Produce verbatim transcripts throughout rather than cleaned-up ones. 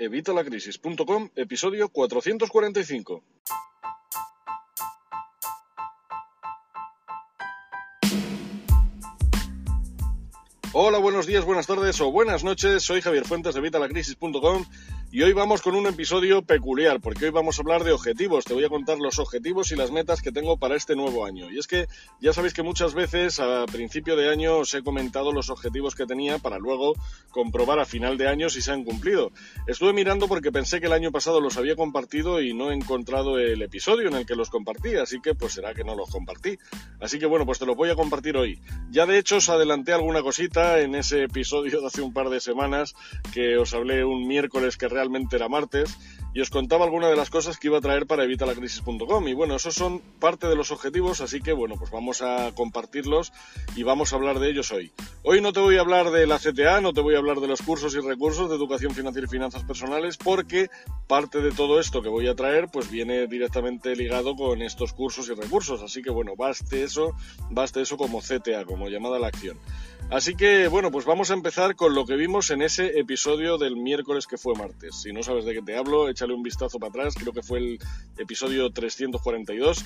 evita la crisis punto com, episodio cuatrocientos cuarenta y cinco. Hola, buenos días, buenas tardes o buenas noches, soy Javier Fuentes de evita la crisis punto com y hoy vamos con un episodio peculiar porque hoy vamos a hablar de objetivos. Te voy a contar los objetivos y las metas que tengo para este nuevo año. Y es que ya sabéis que muchas veces a principio de año os he comentado los objetivos que tenía para luego comprobar a final de año si se han cumplido. Estuve mirando porque pensé que el año pasado los había compartido y no he encontrado el episodio en el que los compartí, así que pues será que no los compartí. Así que bueno, pues te los voy a compartir hoy. Ya de hecho os adelanté alguna cosita en ese episodio de hace un par de semanas que os hablé un miércoles que realmente era martes y os contaba alguna de las cosas que iba a traer para evita la crisis punto com y bueno, esos son parte de los objetivos, así que bueno, pues vamos a compartirlos y vamos a hablar de ellos hoy. Hoy no te voy a hablar de la C T A, no te voy a hablar de los cursos y recursos de educación financiera y finanzas personales porque parte de todo esto que voy a traer pues viene directamente ligado con estos cursos y recursos, así que bueno, baste eso, baste eso como C T A, como llamada a la acción. Así que, bueno, pues vamos a empezar con lo que vimos en ese episodio del miércoles que fue martes. Si no sabes de qué te hablo, échale un vistazo para atrás, creo que fue el episodio trescientos cuarenta y dos,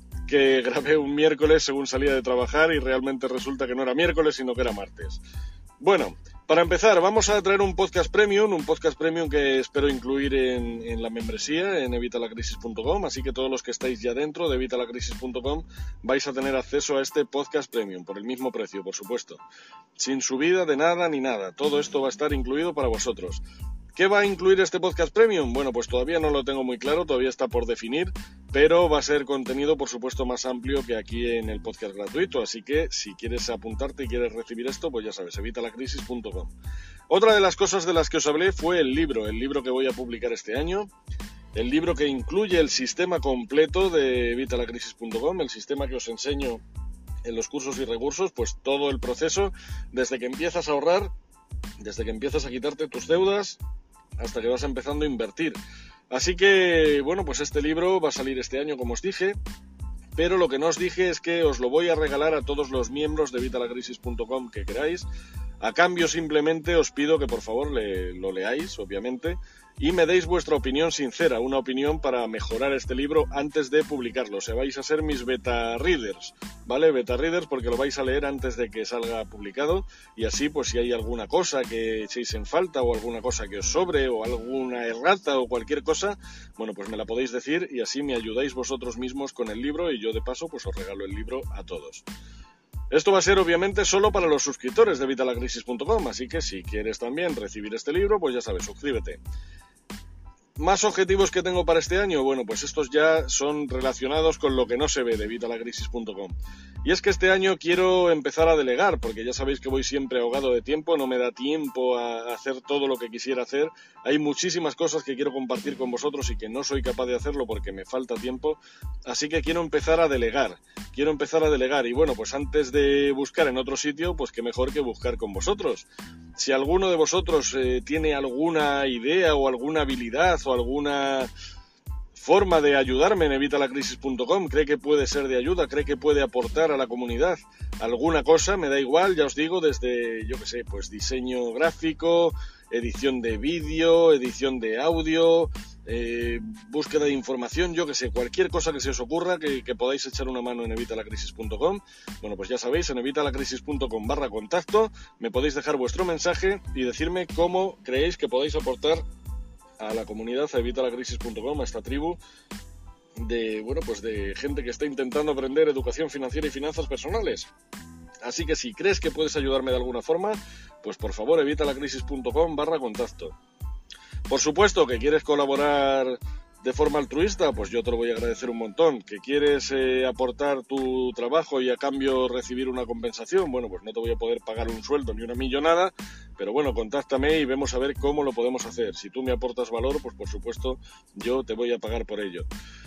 que grabé un miércoles según salía de trabajar y realmente resulta que no era miércoles, sino que era martes. Bueno, para empezar, vamos a traer un podcast premium, un podcast premium que espero incluir en, en la membresía, en evita la crisis punto com, así que todos los que estáis ya dentro de evita la crisis punto com vais a tener acceso a este podcast premium, por el mismo precio, por supuesto. Sin subida de nada ni nada, todo esto va a estar incluido para vosotros. ¿Qué va a incluir este podcast premium? Bueno, pues todavía no lo tengo muy claro, todavía está por definir, pero va a ser contenido, por supuesto, más amplio que aquí en el podcast gratuito, así que si quieres apuntarte y quieres recibir esto, pues ya sabes, evita la crisis punto com. Otra de las cosas de las que os hablé fue el libro, el libro que voy a publicar este año, el libro que incluye el sistema completo de evita la crisis punto com, el sistema que os enseño en los cursos y recursos, pues todo el proceso, desde que empiezas a ahorrar, desde que empiezas a quitarte tus deudas, hasta que vas empezando a invertir. Así que, bueno, pues este libro va a salir este año, como os dije, pero lo que no os dije es que os lo voy a regalar a todos los miembros de evita la crisis punto com que queráis. A cambio, simplemente os pido que por favor le, lo leáis, obviamente, y me deis vuestra opinión sincera, una opinión para mejorar este libro antes de publicarlo. O sea, vais a ser mis beta readers, ¿vale? Beta readers porque lo vais a leer antes de que salga publicado y así, pues si hay alguna cosa que echéis en falta o alguna cosa que os sobre o alguna errata o cualquier cosa, bueno, pues me la podéis decir y así me ayudáis vosotros mismos con el libro y yo de paso pues os regalo el libro a todos. Esto va a ser obviamente solo para los suscriptores de evita la crisis punto com, así que si quieres también recibir este libro, pues ya sabes, suscríbete. ¿Más objetivos que tengo para este año? Bueno, pues estos ya son relacionados con lo que no se ve de evita la crisis punto com. Y es que este año quiero empezar a delegar, porque ya sabéis que voy siempre ahogado de tiempo, no me da tiempo a hacer todo lo que quisiera hacer. Hay muchísimas cosas que quiero compartir con vosotros y que no soy capaz de hacerlo porque me falta tiempo. Así que quiero empezar a delegar, quiero empezar a delegar. Y bueno, pues antes de buscar en otro sitio, pues qué mejor que buscar con vosotros. Si alguno de vosotros eh, tiene alguna idea o alguna habilidad o alguna forma de ayudarme en evita la crisis punto com, cree que puede ser de ayuda, cree que puede aportar a la comunidad alguna cosa, me da igual, ya os digo, desde, yo qué sé, pues diseño gráfico, edición de vídeo, edición de audio, eh, búsqueda de información, yo que sé, cualquier cosa que se os ocurra que, que podáis echar una mano en evita la crisis punto com. Bueno, pues ya sabéis, en evita la crisis punto com barra contacto me podéis dejar vuestro mensaje y decirme cómo creéis que podéis aportar a la comunidad, a evita la crisis punto com, a esta tribu de, bueno, pues de gente que está intentando aprender educación financiera y finanzas personales. Así que si crees que puedes ayudarme de alguna forma, pues por favor evita la crisis punto com barra contacto. Por supuesto que quieres colaborar de forma altruista, pues yo te lo voy a agradecer un montón. Que quieres eh, aportar tu trabajo y a cambio recibir una compensación, bueno, pues no te voy a poder pagar un sueldo ni una millonada, pero bueno, contáctame y vemos a ver cómo lo podemos hacer. Si tú me aportas valor, pues por supuesto yo te voy a pagar por ello.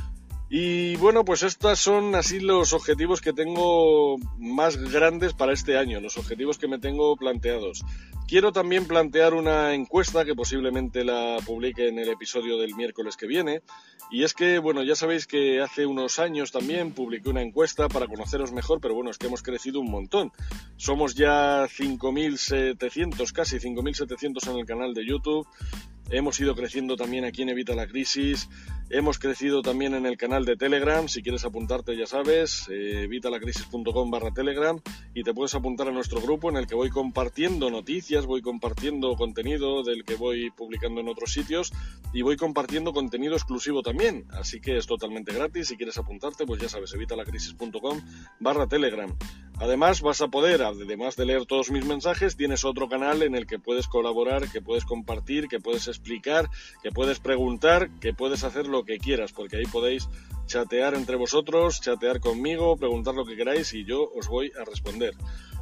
Y bueno, pues estos son así los objetivos que tengo más grandes para este año, los objetivos que me tengo planteados. Quiero también plantear una encuesta que posiblemente la publique en el episodio del miércoles que viene. Y es que, bueno, ya sabéis que hace unos años también publiqué una encuesta para conoceros mejor, pero bueno, es que hemos crecido un montón. Somos ya cinco mil setecientos, casi cinco mil setecientos en el canal de YouTube. hemos ido creciendo también aquí en Evita la Crisis, hemos crecido también en el canal de Telegram. Si quieres apuntarte, ya sabes, eh, evitalacrisis.com barra Telegram, y te puedes apuntar a nuestro grupo en el que voy compartiendo noticias, voy compartiendo contenido del que voy publicando en otros sitios y voy compartiendo contenido exclusivo también, así que es totalmente gratis. Si quieres apuntarte, pues ya sabes, evitalacrisis.com barra Telegram. Además vas a poder, además de leer todos mis mensajes, tienes otro canal en el que puedes colaborar, que puedes compartir, que puedes explicar, que puedes preguntar, que puedes hacer lo que quieras, porque ahí podéis chatear entre vosotros, chatear conmigo, preguntar lo que queráis y yo os voy a responder.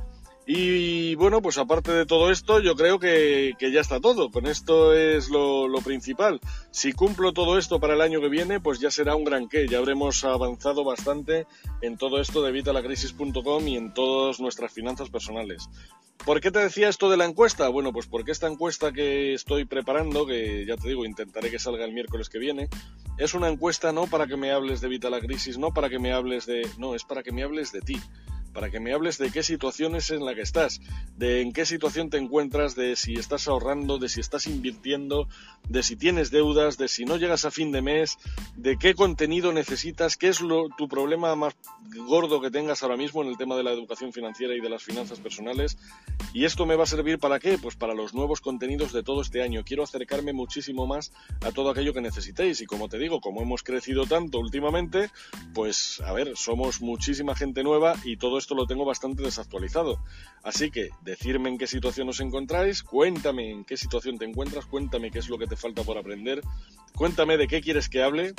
Y bueno, pues aparte de todo esto, yo creo que, que ya está todo. Con esto es lo, lo principal. Si cumplo todo esto para el año que viene, pues ya será un gran qué. Ya habremos avanzado bastante en todo esto de evitalacrisis punto com y en todas nuestras finanzas personales. ¿Por qué te decía esto de la encuesta? Bueno, pues porque esta encuesta que estoy preparando, que ya te digo, intentaré que salga el miércoles que viene, es una encuesta no para que me hables de Evita la Crisis, no para que me hables de... No, es para que me hables de ti. Para que me hables de qué situación es en la que estás, de en qué situación te encuentras, de si estás ahorrando, de si estás invirtiendo, de si tienes deudas, de si no llegas a fin de mes, de qué contenido necesitas, qué es lo, tu problema más gordo que tengas ahora mismo en el tema de la educación financiera y de las finanzas personales. Y esto me va a servir ¿para qué? Pues para los nuevos contenidos de todo este año. Quiero acercarme muchísimo más a todo aquello que necesitéis y como te digo, como hemos crecido tanto últimamente, pues a ver, somos muchísima gente nueva y todo esto lo tengo bastante desactualizado. Así que decirme en qué situación os encontráis, cuéntame en qué situación te encuentras, cuéntame qué es lo que te falta por aprender, cuéntame de qué quieres que hable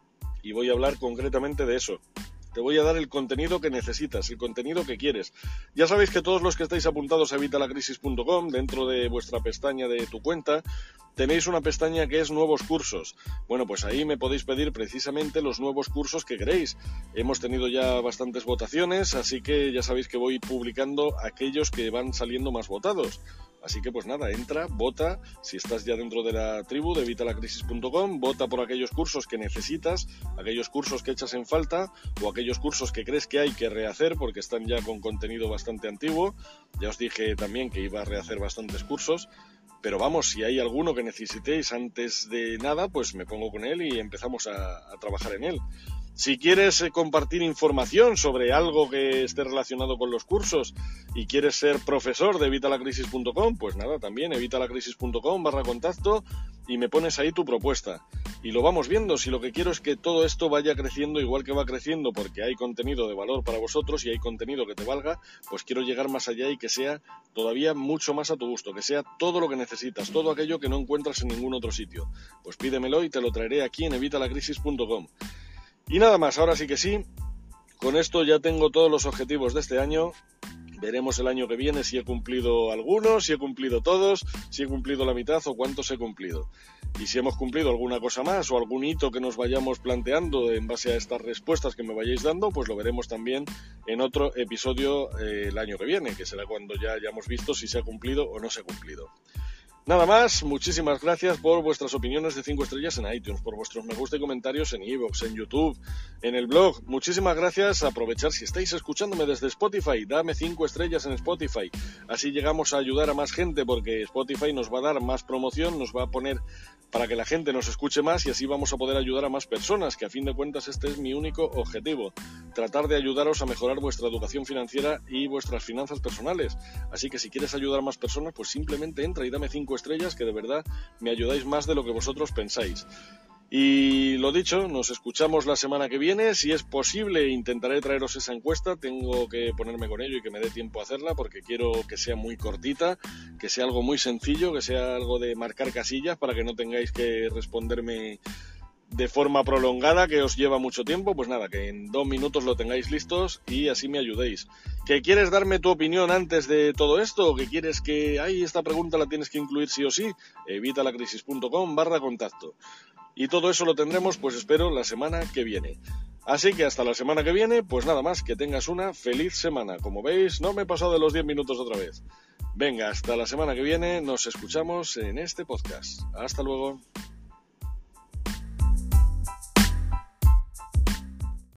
y voy a hablar concretamente de eso. Te voy a dar el contenido que necesitas, el contenido que quieres. Ya sabéis que todos los que estáis apuntados a evitalacrisis punto com, dentro de vuestra pestaña de tu cuenta, tenéis una pestaña que es nuevos cursos. Bueno, pues ahí me podéis pedir precisamente los nuevos cursos que queréis. Hemos tenido ya bastantes votaciones, así que ya sabéis que voy publicando aquellos que van saliendo más votados. Así que pues nada, entra, vota, si estás ya dentro de la tribu de evitalacrisis punto com, vota por aquellos cursos que necesitas, aquellos cursos que echas en falta o aquellos cursos que crees que hay que rehacer porque están ya con contenido bastante antiguo. Ya os dije también que iba a rehacer bastantes cursos, pero vamos, si hay alguno que necesitéis antes de nada, pues me pongo con él y empezamos a, a trabajar en él. Si quieres eh, compartir información sobre algo que esté relacionado con los cursos y quieres ser profesor de evitalacrisis punto com, pues nada, también evitalacrisis punto com barra contacto y me pones ahí tu propuesta. Y lo vamos viendo. Si lo que quiero es que todo esto vaya creciendo igual que va creciendo porque hay contenido de valor para vosotros y hay contenido que te valga, pues quiero llegar más allá y que sea todavía mucho más a tu gusto, que sea todo lo que necesitas, todo aquello que no encuentras en ningún otro sitio. Pues pídemelo y te lo traeré aquí en evitalacrisis punto com. Y nada más, ahora sí que sí, con esto ya tengo todos los objetivos de este año. Veremos el año que viene si he cumplido algunos, si he cumplido todos, si he cumplido la mitad o cuántos he cumplido. Y si hemos cumplido alguna cosa más o algún hito que nos vayamos planteando en base a estas respuestas que me vayáis dando, pues lo veremos también en otro episodio eh, el año que viene, que será cuando ya hayamos visto si se ha cumplido o no se ha cumplido. Nada más, muchísimas gracias por vuestras opiniones de cinco estrellas en iTunes, por vuestros me gusta y comentarios en iVoox, en YouTube, en el blog. Muchísimas gracias. Aprovechar si estáis escuchándome desde Spotify, dame cinco estrellas en Spotify. Así llegamos a ayudar a más gente porque Spotify nos va a dar más promoción, nos va a poner para que la gente nos escuche más y así vamos a poder ayudar a más personas, que a fin de cuentas este es mi único objetivo, tratar de ayudaros a mejorar vuestra educación financiera y vuestras finanzas personales. Así que si quieres ayudar a más personas, pues simplemente entra y dame cinco estrellas, que de verdad me ayudáis más de lo que vosotros pensáis. Y lo dicho, nos escuchamos la semana que viene. Si es posible, intentaré traeros esa encuesta. Tengo que ponerme con ello y que me dé tiempo a hacerla porque quiero que sea muy cortita, que sea algo muy sencillo, que sea algo de marcar casillas para que no tengáis que responderme de forma prolongada, que os lleva mucho tiempo. Pues nada, que en dos minutos lo tengáis listos y así me ayudéis. ¿Que quieres darme tu opinión antes de todo esto? ¿O que quieres que, ay, esta pregunta la tienes que incluir sí o sí? evitalacrisis punto com barra contacto. Y todo eso lo tendremos, pues espero, la semana que viene. Así que hasta la semana que viene, pues nada más, que tengas una feliz semana. Como veis, no me he pasado de los diez minutos otra vez. Venga, hasta la semana que viene, nos escuchamos en este podcast. Hasta luego.